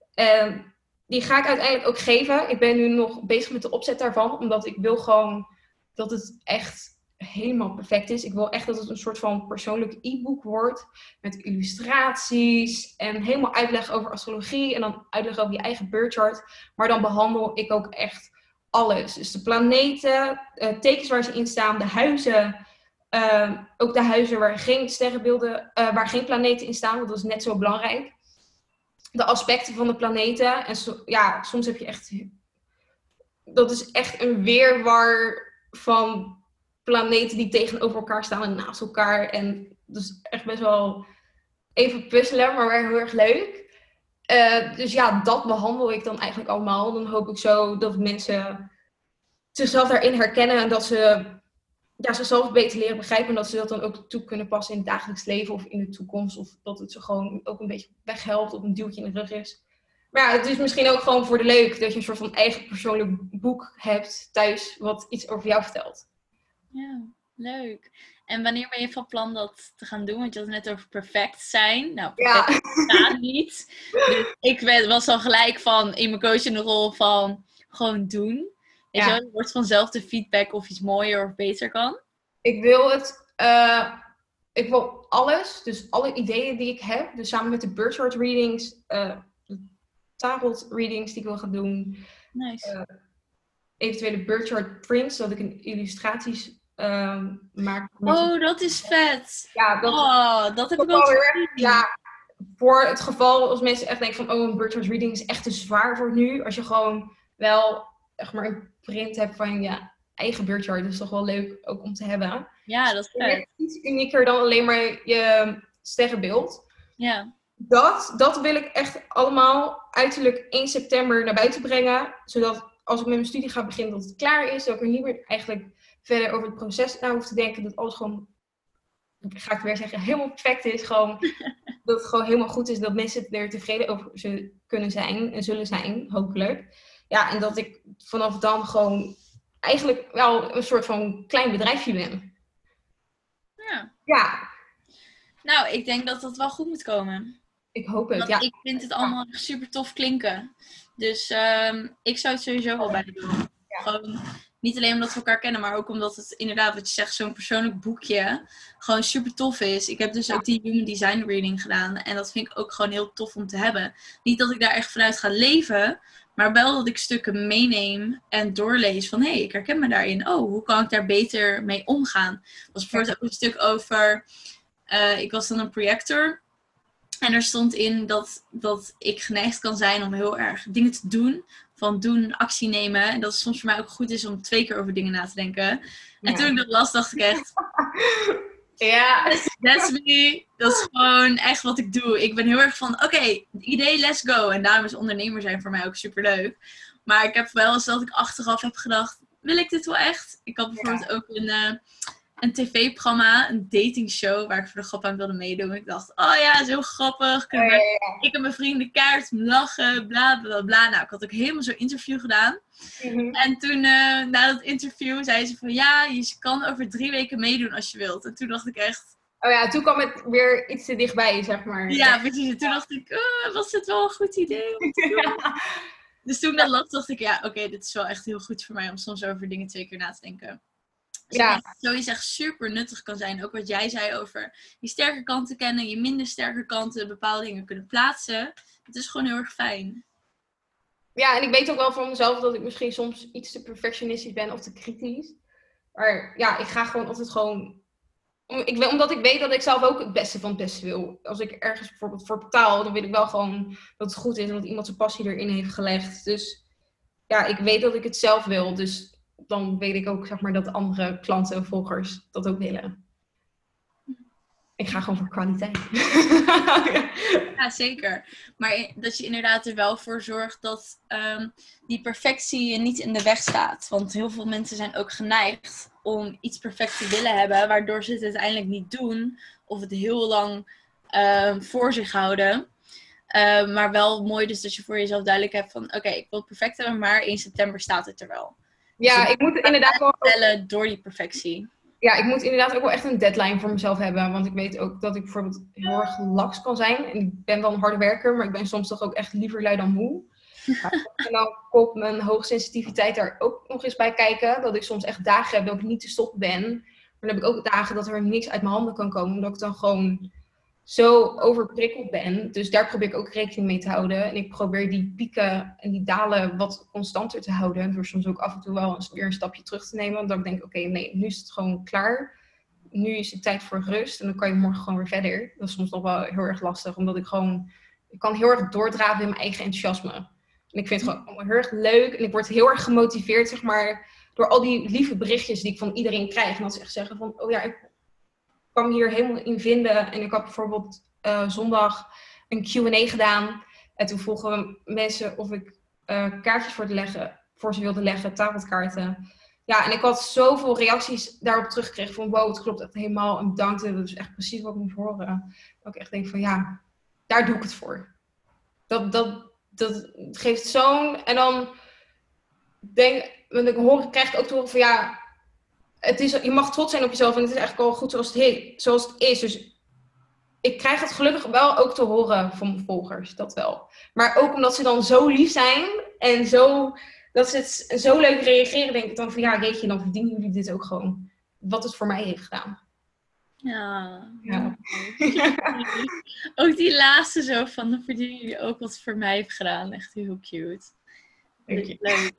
Speaker 3: En die ga ik uiteindelijk ook geven. Ik ben nu nog bezig met de opzet daarvan, omdat ik wil gewoon dat het echt helemaal perfect is. Ik wil echt dat het een soort van persoonlijk e-book wordt. Met illustraties en helemaal uitleg over astrologie. En dan uitleg over je eigen birth chart. Maar dan behandel ik ook echt alles. Dus de planeten, uh, tekens waar ze in staan, de huizen. Uh, ook de huizen waar geen sterrenbeelden, uh, waar geen planeten in staan. Want dat is net zo belangrijk. De aspecten van de planeten. En so, ja, soms heb je echt... Dat is echt een weerwar van planeten die tegenover elkaar staan en naast elkaar. En dat is echt best wel even puzzelen, maar wel heel erg leuk. Uh, dus ja, dat behandel ik dan eigenlijk allemaal. Dan hoop ik zo dat mensen zichzelf daarin herkennen en dat ze ja, zichzelf beter leren begrijpen. En dat ze dat dan ook toe kunnen passen in het dagelijks leven of in de toekomst. Of dat het ze gewoon ook een beetje weghelpt of een duwtje in de rug is. Maar ja, het is misschien ook gewoon voor de leuk dat je een soort van eigen persoonlijk boek hebt thuis wat iets over jou vertelt.
Speaker 1: Ja, leuk. En wanneer ben je van plan dat te gaan doen? Want je had het net over perfect zijn. Nou, perfect
Speaker 3: ja.
Speaker 1: gaat niet. Dus ik ben, was al gelijk van in mijn coaching de rol van gewoon doen. Weet
Speaker 3: Ja.
Speaker 1: je wel, er wordt vanzelf de feedback of iets mooier of beter kan.
Speaker 3: Ik wil het... Uh, ik wil alles, dus alle ideeën die ik heb, dus samen met de birth chart readings, uh, de tarot readings die ik wil gaan doen,
Speaker 1: Nice.
Speaker 3: Uh, eventuele birth chart prints, dat ik een illustraties uh, maak.
Speaker 1: Oh, dat is vet.
Speaker 3: Ja, dat,
Speaker 1: oh, dat heb ik
Speaker 3: wel
Speaker 1: ook
Speaker 3: heel erg,
Speaker 1: gezien.
Speaker 3: ja, voor het geval als mensen echt denken van, oh, een birth chart reading is echt te zwaar voor nu. Als je gewoon wel, zeg maar, een print hebt van je eigen birth chart, dat is toch wel leuk ook om te hebben.
Speaker 1: Ja, dat is vet.
Speaker 3: Het is iets unieker dan alleen maar je sterrenbeeld.
Speaker 1: Ja.
Speaker 3: Dat, dat wil ik echt allemaal uiterlijk één september naar buiten brengen. Zodat als ik met mijn studie ga beginnen, dat het klaar is. Dat ik er niet meer eigenlijk verder over het proces na hoef te denken. Dat alles gewoon, ga ik weer zeggen, helemaal perfect is. Gewoon, dat het gewoon helemaal goed is. Dat mensen er tevreden over ze kunnen zijn en zullen zijn, hopelijk. Ja, en dat ik vanaf dan gewoon eigenlijk wel een soort van klein bedrijfje ben.
Speaker 1: Ja.
Speaker 3: Ja.
Speaker 1: Nou, ik denk dat dat wel goed moet komen.
Speaker 3: Ik hoop het,
Speaker 1: Want
Speaker 3: ja.
Speaker 1: ik vind het allemaal super tof klinken. Dus um, ik zou het sowieso wel bij doen. Ja. Gewoon, niet alleen omdat we elkaar kennen, maar ook omdat het inderdaad, wat je zegt, zo'n persoonlijk boekje gewoon super tof is. Ik heb dus ja. ook die Human Design Reading gedaan. En dat vind ik ook gewoon heel tof om te hebben. Niet dat ik daar echt vanuit ga leven, maar wel dat ik stukken meeneem en doorlees van, hé, hey, ik herken me daarin. Oh, hoe kan ik daar beter mee omgaan? Er was bijvoorbeeld ook een stuk over, uh, ik was dan een projector. En er stond in dat, dat ik geneigd kan zijn om heel erg dingen te doen. Van doen, actie nemen. En dat het soms voor mij ook goed is om twee keer over dingen na te denken. En ja. toen ik dat las, dacht ik echt...
Speaker 3: Ja.
Speaker 1: That's me. Dat is gewoon echt wat ik doe. Ik ben heel erg van, oké, okay, idee, let's go. En daarom is ondernemer zijn voor mij ook super leuk. Maar ik heb wel eens dat ik achteraf heb gedacht, wil ik dit wel echt? Ik had bijvoorbeeld ja. ook een... Uh, een tv-programma, een datingshow, waar ik voor de grap aan wilde meedoen. Ik dacht, oh ja, is heel grappig. Kunnen we, oh, ja, ja. Ik en mijn vrienden kaart lachen, bla, bla, bla. Nou, ik had ook helemaal zo'n interview gedaan. Mm-hmm. En toen, uh, na dat interview, zei ze van, ja, je kan over drie weken meedoen als je wilt. En toen dacht ik echt...
Speaker 3: Oh ja, toen kwam het weer iets te dichtbij, zeg maar.
Speaker 1: Ja, precies. En toen dacht ik, oh, was dit wel een goed idee om te doen? Ja. Dus toen ik dat las, dacht ik, ja, oké, okay, dit is wel echt heel goed voor mij om soms over dingen twee keer na te denken. Ja. Zoiets echt super nuttig kan zijn. Ook wat jij zei over je sterke kanten kennen, je minder sterke kanten, bepaalde dingen kunnen plaatsen. Het is gewoon heel erg fijn.
Speaker 3: Ja, en ik weet ook wel van mezelf dat ik misschien soms iets te perfectionistisch ben of te kritisch. Maar ja, ik ga gewoon altijd gewoon... Ik, omdat ik weet dat ik zelf ook het beste van het beste wil. Als ik ergens bijvoorbeeld voor betaal, dan wil ik wel gewoon dat het goed is en dat iemand zijn passie erin heeft gelegd. Dus... ja, ik weet dat ik het zelf wil. Dus dan weet ik ook, zeg maar, dat andere klanten en volgers dat ook willen. Ik ga gewoon voor kwaliteit.
Speaker 1: Ja. Ja, zeker. Maar dat je inderdaad er wel voor zorgt dat um, die perfectie je niet in de weg staat. Want heel veel mensen zijn ook geneigd om iets perfect te willen hebben, waardoor ze het uiteindelijk niet doen. Of het heel lang um, voor zich houden. Uh, maar wel mooi dus dat je voor jezelf duidelijk hebt van... Oké, okay, ik wil het perfect hebben, maar in september staat het er wel.
Speaker 3: Ja,
Speaker 1: dus
Speaker 3: ik moet inderdaad wel...
Speaker 1: stellen door die perfectie.
Speaker 3: Ja, ik moet inderdaad ook wel echt een deadline voor mezelf hebben. Want ik weet ook dat ik bijvoorbeeld heel erg laks kan zijn. En ik ben wel een harde werker, maar ik ben soms toch ook echt liever lui dan moe. Ja, en dan komt mijn hoogsensitiviteit daar ook nog eens bij kijken. Dat ik soms echt dagen heb dat ik niet te stoppen ben. Maar dan heb ik ook dagen dat er niks uit mijn handen kan komen. Omdat ik dan gewoon zo overprikkeld ben. Dus daar probeer ik ook rekening mee te houden. En ik probeer die pieken en die dalen wat constanter te houden. Door soms ook af en toe wel eens weer een stapje terug te nemen. Omdat ik denk, oké, okay, nee, nu is het gewoon klaar. Nu is het tijd voor rust. En dan kan je morgen gewoon weer verder. Dat is soms nog wel heel erg lastig. Omdat ik gewoon... Ik kan heel erg doordraven in mijn eigen enthousiasme. En ik vind het gewoon allemaal heel erg leuk. En ik word heel erg gemotiveerd, zeg maar... Door al die lieve berichtjes die ik van iedereen krijg. En dat ze echt zeggen van... Oh ja, ik kwam hier helemaal in vinden. En ik had bijvoorbeeld uh, zondag een Q en A gedaan. En toen vroegen mensen of ik uh, kaartjes voor, te leggen, voor ze wilde leggen, tafelkaarten. Ja, en ik had zoveel reacties daarop teruggekregen van wow, het klopt echt helemaal. En bedankt, dat is echt precies wat ik moet horen. Dat ik echt denk van ja, daar doe ik het voor. Dat, dat, dat geeft zo'n... En dan denk want ik hoor, krijg ik ook te horen van ja... Het is, je mag trots zijn op jezelf en het is eigenlijk al goed zoals het, heet, zoals het is. Dus ik krijg het gelukkig wel ook te horen van mijn volgers, dat wel. Maar ook omdat ze dan zo lief zijn en zo, dat ze het zo leuk reageren, denk ik dan van ja, jeetje, dan verdienen jullie dit ook gewoon. Wat het voor mij heeft gedaan.
Speaker 1: Ja.
Speaker 3: Ja.
Speaker 1: Ook die laatste zo van, dan verdienen jullie ook wat het voor mij heeft gedaan. Echt heel cute. Leuk.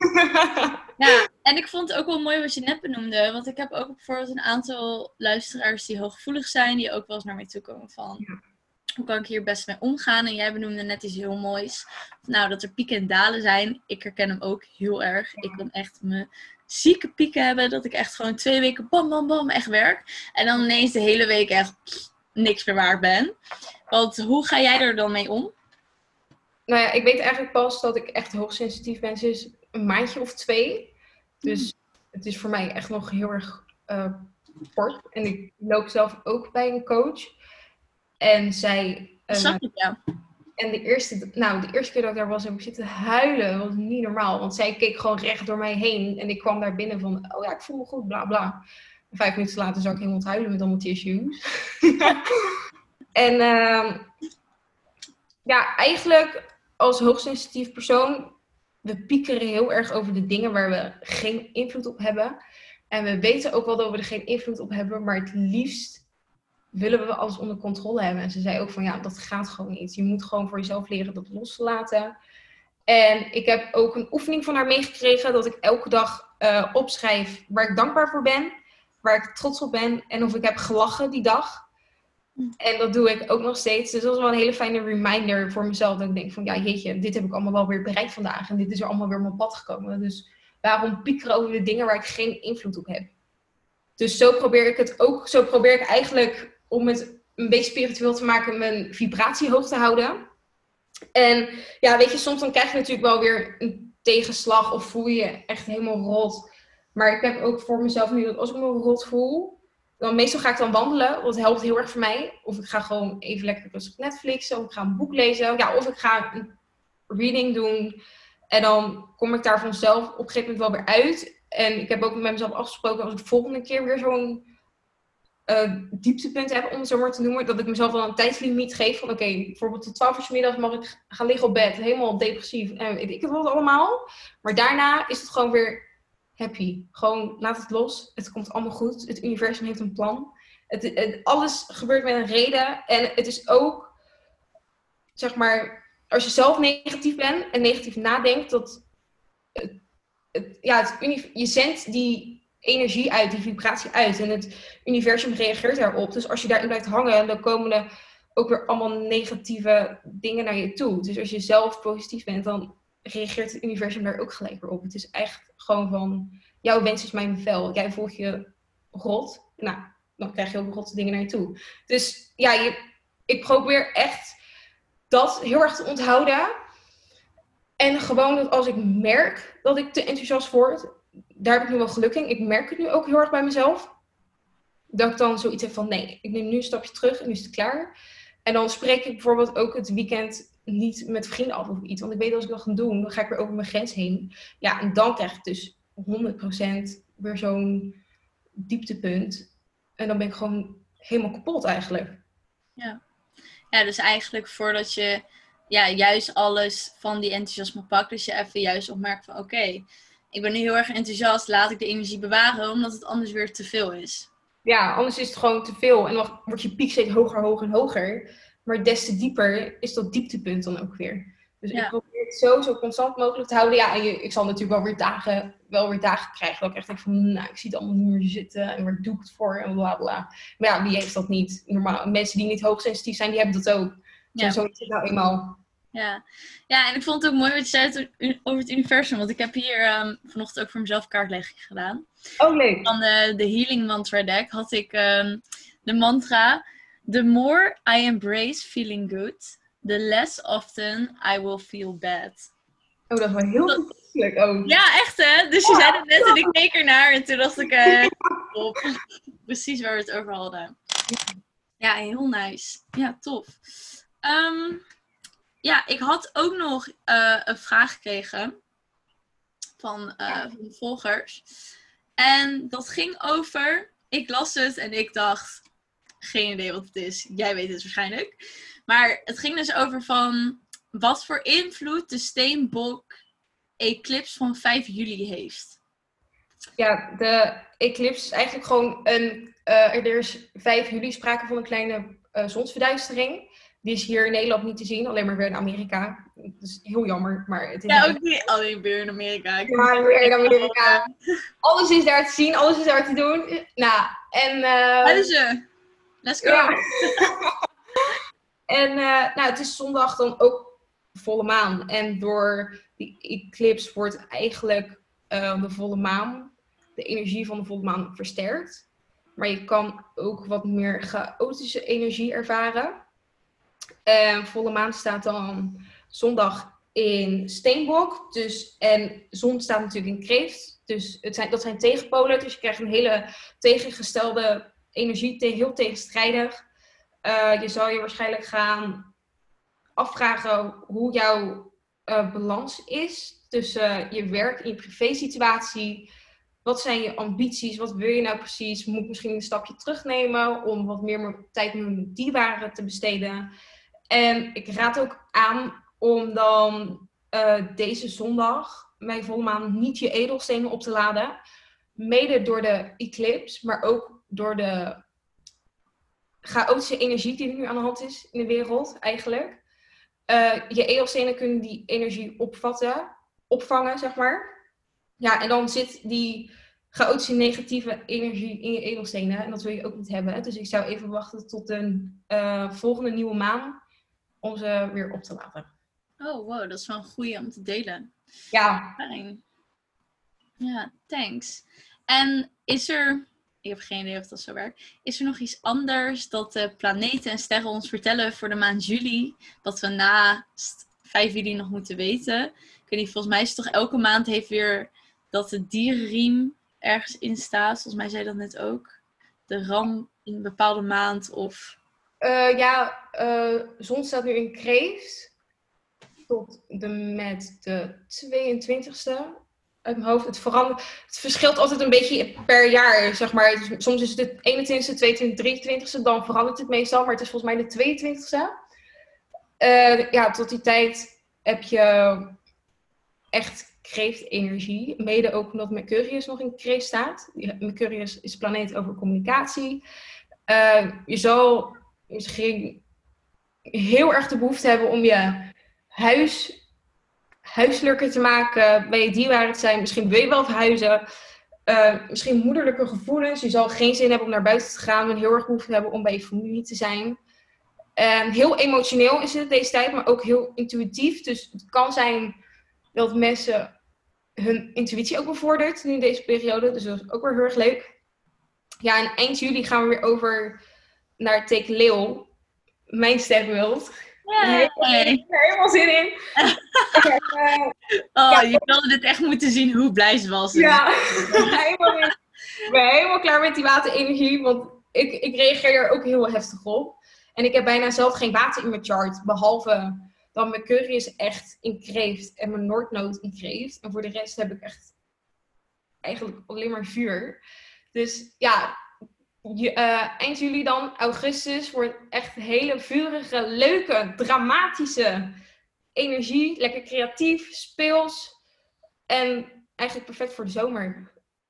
Speaker 1: Ja, en ik vond het ook wel mooi wat je net benoemde. Want ik heb ook bijvoorbeeld een aantal luisteraars die hooggevoelig zijn. Die ook wel eens naar mij toe komen van... Ja. Hoe kan ik hier best mee omgaan? En jij benoemde net iets heel moois. Nou, dat er pieken en dalen zijn. Ik herken hem ook heel erg. Ik kan echt mijn zieke pieken hebben. Dat ik echt gewoon twee weken bam, bam, bam echt werk. En dan ineens de hele week echt pff, niks meer waard ben. Want hoe ga jij er dan mee om?
Speaker 3: Nou ja, ik weet eigenlijk pas dat ik echt hoogsensitief ben sinds een maandje of twee. Dus het is voor mij echt nog heel erg uh, kort. En ik loop zelf ook bij een coach. En zij... Uh,
Speaker 1: Snap ik, ja.
Speaker 3: En de eerste, nou, de eerste keer dat ik daar was, heb ik zitten huilen. Dat was niet normaal. Want zij keek gewoon recht door mij heen. En ik kwam daar binnen van, oh ja, ik voel me goed, bla bla. En vijf minuten later zag ik helemaal het huilen met allemaal tissues. En uh, ja, eigenlijk... Als hoogsensitief persoon, we piekeren heel erg over de dingen waar we geen invloed op hebben. En we weten ook wel dat we er geen invloed op hebben, maar het liefst willen we alles onder controle hebben. En ze zei ook van ja, dat gaat gewoon niet. Je moet gewoon voor jezelf leren dat los te laten. En ik heb ook een oefening van haar meegekregen dat ik elke dag uh, opschrijf waar ik dankbaar voor ben, waar ik trots op ben en of ik heb gelachen die dag. En dat doe ik ook nog steeds. Dus dat is wel een hele fijne reminder voor mezelf. Dat ik denk van, ja jeetje, dit heb ik allemaal wel weer bereikt vandaag. En dit is er allemaal weer op mijn pad gekomen. Dus waarom piekeren over de dingen waar ik geen invloed op heb? Dus zo probeer ik het ook. Zo probeer ik eigenlijk, om het een beetje spiritueel te maken, mijn vibratie hoog te houden. En ja, weet je, soms dan krijg je natuurlijk wel weer een tegenslag. Of voel je je echt helemaal rot. Maar ik heb ook voor mezelf nu dat als ik me rot voel... Dan meestal ga ik dan wandelen, dat helpt heel erg voor mij. Of ik ga gewoon even lekker rustig Netflixen, of ik ga een boek lezen. Ja, of ik ga een reading doen. En dan kom ik daar vanzelf op een gegeven moment wel weer uit. En ik heb ook met mezelf afgesproken, als ik de volgende keer weer zo'n uh, dieptepunt heb, om het zo maar te noemen. Dat ik mezelf dan een tijdslimiet geef van, oké, okay, bijvoorbeeld tot twaalf uur 's middags mag ik gaan liggen op bed. Helemaal depressief en weet ik het wat allemaal. Maar daarna is het gewoon weer... happy. Gewoon laat het los. Het komt allemaal goed. Het universum heeft een plan. Het, het, alles gebeurt met een reden. En het is ook, zeg maar, als je zelf negatief bent en negatief nadenkt, dat het, het, ja, het uni- je zendt die energie uit, die vibratie uit. En het universum reageert daarop. Dus als je daarin blijft hangen, dan komen er ook weer allemaal negatieve dingen naar je toe. Dus als je zelf positief bent, dan reageert het universum daar ook gelijk weer op. Het is echt gewoon van, jouw wens is mijn bevel. Jij voelt je rot. Nou, dan krijg je ook rotte dingen naar je toe. Dus ja, je, ik probeer echt dat heel erg te onthouden. En gewoon dat als ik merk dat ik te enthousiast word, daar heb ik nu wel geluk in. Ik merk het nu ook heel erg bij mezelf. Dat ik dan zoiets heb van, nee, ik neem nu een stapje terug en nu is het klaar. En dan spreek ik bijvoorbeeld ook het weekend niet met vrienden af of iets. Want ik weet dat als ik dat ga doen, dan ga ik weer over mijn grens heen. Ja, en dan krijg ik dus honderd procent weer zo'n dieptepunt. En dan ben ik gewoon helemaal kapot eigenlijk.
Speaker 1: Ja, ja dus eigenlijk voordat je ja, juist alles van die enthousiasme pakt. Dus je even juist opmerkt van, oké, okay, ik ben nu heel erg enthousiast. Laat ik de energie bewaren, omdat het anders weer te veel is.
Speaker 3: Ja, anders is het gewoon te veel. En dan wordt je piek steeds hoger, hoger en hoger. Maar des te dieper is dat dieptepunt dan ook weer. Dus ja. Ik probeer het zo, zo constant mogelijk te houden. Ja, en je, ik zal natuurlijk wel weer dagen, wel weer dagen krijgen. Dat ik echt denk van, nou, ik zie het allemaal niet meer zitten. En waar doe ik het voor? En bla bla. Maar ja, wie heeft dat niet? Normaal, mensen die niet hoogsensitief zijn, die hebben dat ook. Ja. Zo is het nou eenmaal.
Speaker 1: Ja. Ja, en ik vond het ook mooi wat je zei over het universum. Want ik heb hier um, vanochtend ook voor mezelf kaartlegging gedaan.
Speaker 3: Oh, leuk.
Speaker 1: Van de, de Healing Mantra deck had ik um, de mantra: The more I embrace feeling good, the less often I will feel bad.
Speaker 3: Oh, dat is wel heel toepasselijk. Oh.
Speaker 1: Ja, echt hè? Dus je oh, zei het net en ik keek ernaar en toen dacht ik, uh, op. Precies waar we het over hadden. Ja, heel nice. Ja, tof. Um, ja, ik had ook nog uh, een vraag gekregen van, uh, van de volgers. En dat ging over, ik las het en ik dacht, geen idee wat het is. Jij weet het waarschijnlijk. Maar het ging dus over van wat voor invloed de Steenbok-eclips van vijf juli heeft.
Speaker 3: Ja, de eclips is eigenlijk gewoon een... Uh, er is vijf juli sprake van een kleine uh, zonsverduistering. Die is hier in Nederland niet te zien, alleen maar weer in Amerika. Dat is heel jammer, maar het is...
Speaker 1: Ja, ook niet alleen weer in Amerika.
Speaker 3: Ja, weer in Amerika. Alles is daar te zien, alles is daar te doen. Nou, en... Uh...
Speaker 1: Waar is ze? Let's go!
Speaker 3: Ja. En uh, nou, het is zondag dan ook volle maan. En door die eclips wordt eigenlijk uh, de volle maan, de energie van de volle maan versterkt. Maar je kan ook wat meer chaotische energie ervaren. Uh, volle maan staat dan zondag in Steenbok. Dus, en zon staat natuurlijk in Kreeft. Dus het zijn, dat zijn tegenpolen. Dus je krijgt een hele tegengestelde energie, te, heel tegenstrijdig. Uh, je zal je waarschijnlijk gaan afvragen hoe jouw uh, balans is tussen uh, je werk en je privésituatie. Wat zijn je ambities? Wat wil je nou precies? Moet ik misschien een stapje terugnemen om wat meer tijd met mijn dierbaren te besteden? En ik raad ook aan om dan uh, deze zondag, mijn volle maan, niet je edelstenen op te laden. Mede door de eclipse, maar ook door de chaotische energie die er nu aan de hand is in de wereld eigenlijk. Uh, je edelstenen kunnen die energie opvatten, opvangen, zeg maar. Ja, en dan zit die chaotische negatieve energie in je edelstenen. En dat wil je ook niet hebben. Dus ik zou even wachten tot de uh, volgende nieuwe maan om ze weer op te laten.
Speaker 1: Oh, wow, dat is wel een goeie om te delen.
Speaker 3: Ja.
Speaker 1: Fijn. Ja, thanks. En is er... Ik heb geen idee of dat zo werkt. Is er nog iets anders dat de planeten en sterren ons vertellen voor de maand juli? Dat we na vijf juli nog moeten weten? Ik weet niet, volgens mij is het toch elke maand heeft weer dat de dierenriem ergens in staat. Volgens mij zei dat net ook. De ram in een bepaalde maand of...
Speaker 3: Uh, ja, uh, zon staat nu in Kreeft. Tot de met de tweeëntwintigste. Uit mijn hoofd. Het, verandert, het verschilt altijd een beetje per jaar, zeg maar. Dus soms is het de eenentwintigste, tweeëntwintigste, drieëntwintigste. Dan verandert het meestal, maar het is volgens mij de tweeëntwintigste. Uh, ja, tot die tijd heb je echt kreeftenergie. Mede ook omdat Mercurius nog in kreeft staat. Mercurius is planeet over communicatie. Uh, je zal misschien heel erg de behoefte hebben om je huis... huiselijker te maken, bij je dierbaren te zijn. Misschien wil je wel verhuizen. Uh, misschien moederlijke gevoelens. Je zal geen zin hebben om naar buiten te gaan. En heel erg behoefte hebben om bij je familie te zijn. En heel emotioneel is het deze tijd, maar ook heel intuïtief. Dus het kan zijn dat mensen hun intuïtie ook bevordert nu in deze periode. Dus dat is ook weer heel erg leuk. Ja, en eind juli gaan we weer over naar het teken Leeuw. Mijn sterrenbeeld.
Speaker 1: Ja,
Speaker 3: Helemaal, helemaal zin in. uh,
Speaker 1: oh,
Speaker 3: ja.
Speaker 1: je wilde dit echt moeten zien hoe blij ze was.
Speaker 3: Ja, helemaal in. Ik ben helemaal klaar met die waterenergie, want ik, ik reageer er ook heel heftig op. En ik heb bijna zelf geen water in mijn chart, behalve dan mijn Mercurius echt in kreeft en mijn Noordnood in kreeft. En voor de rest heb ik echt eigenlijk alleen maar vuur. Dus ja, je, uh, eind juli dan, augustus, wordt echt hele vurige, leuke, dramatische energie. Lekker creatief, speels en eigenlijk perfect voor de zomer.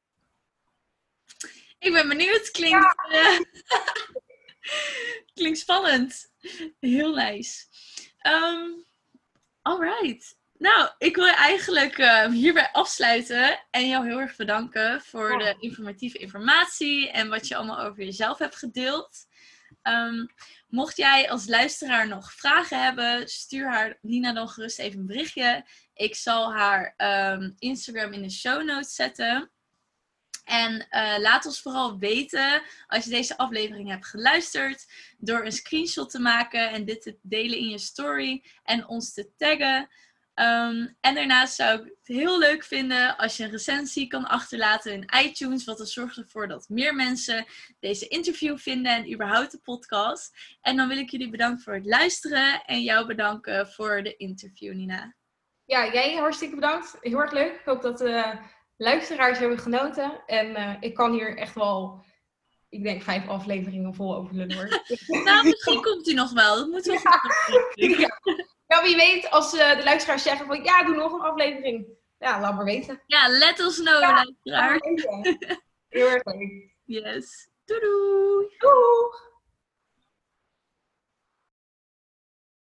Speaker 1: Ik ben benieuwd. Klinkt, ja. uh, klinkt spannend. Heel nice. Um, alright. Nou, ik wil eigenlijk uh, hierbij afsluiten en jou heel erg bedanken voor ja. de informatieve informatie en wat je allemaal over jezelf hebt gedeeld. Um, mocht jij als luisteraar nog vragen hebben, stuur haar Nina dan gerust even een berichtje. Ik zal haar um, Instagram in de show notes zetten. En uh, laat ons vooral weten als je deze aflevering hebt geluisterd door een screenshot te maken en dit te delen in je story en ons te taggen. Um, en daarnaast zou ik het heel leuk vinden als je een recensie kan achterlaten in iTunes, want dat zorgt ervoor dat meer mensen deze interview vinden en überhaupt de podcast. En dan wil ik jullie bedanken voor het luisteren en jou bedanken voor de interview, Nina.
Speaker 3: Ja, jij hartstikke bedankt. Heel erg leuk. Ik hoop dat de uh, luisteraars hebben genoten. En uh, ik kan hier echt wel, ik denk, vijf afleveringen vol over lullen hoor.
Speaker 1: Nou, misschien komt u nog wel. Dat moeten we
Speaker 3: ja. ja. Nou, wie weet, als uh, de luisteraars zeggen van ja, doe nog een aflevering. Ja, laat maar weten.
Speaker 1: Ja, let ons know, ja, luisteraars.
Speaker 3: Heel erg leuk.
Speaker 1: Yes. Doei doei.
Speaker 3: Doei.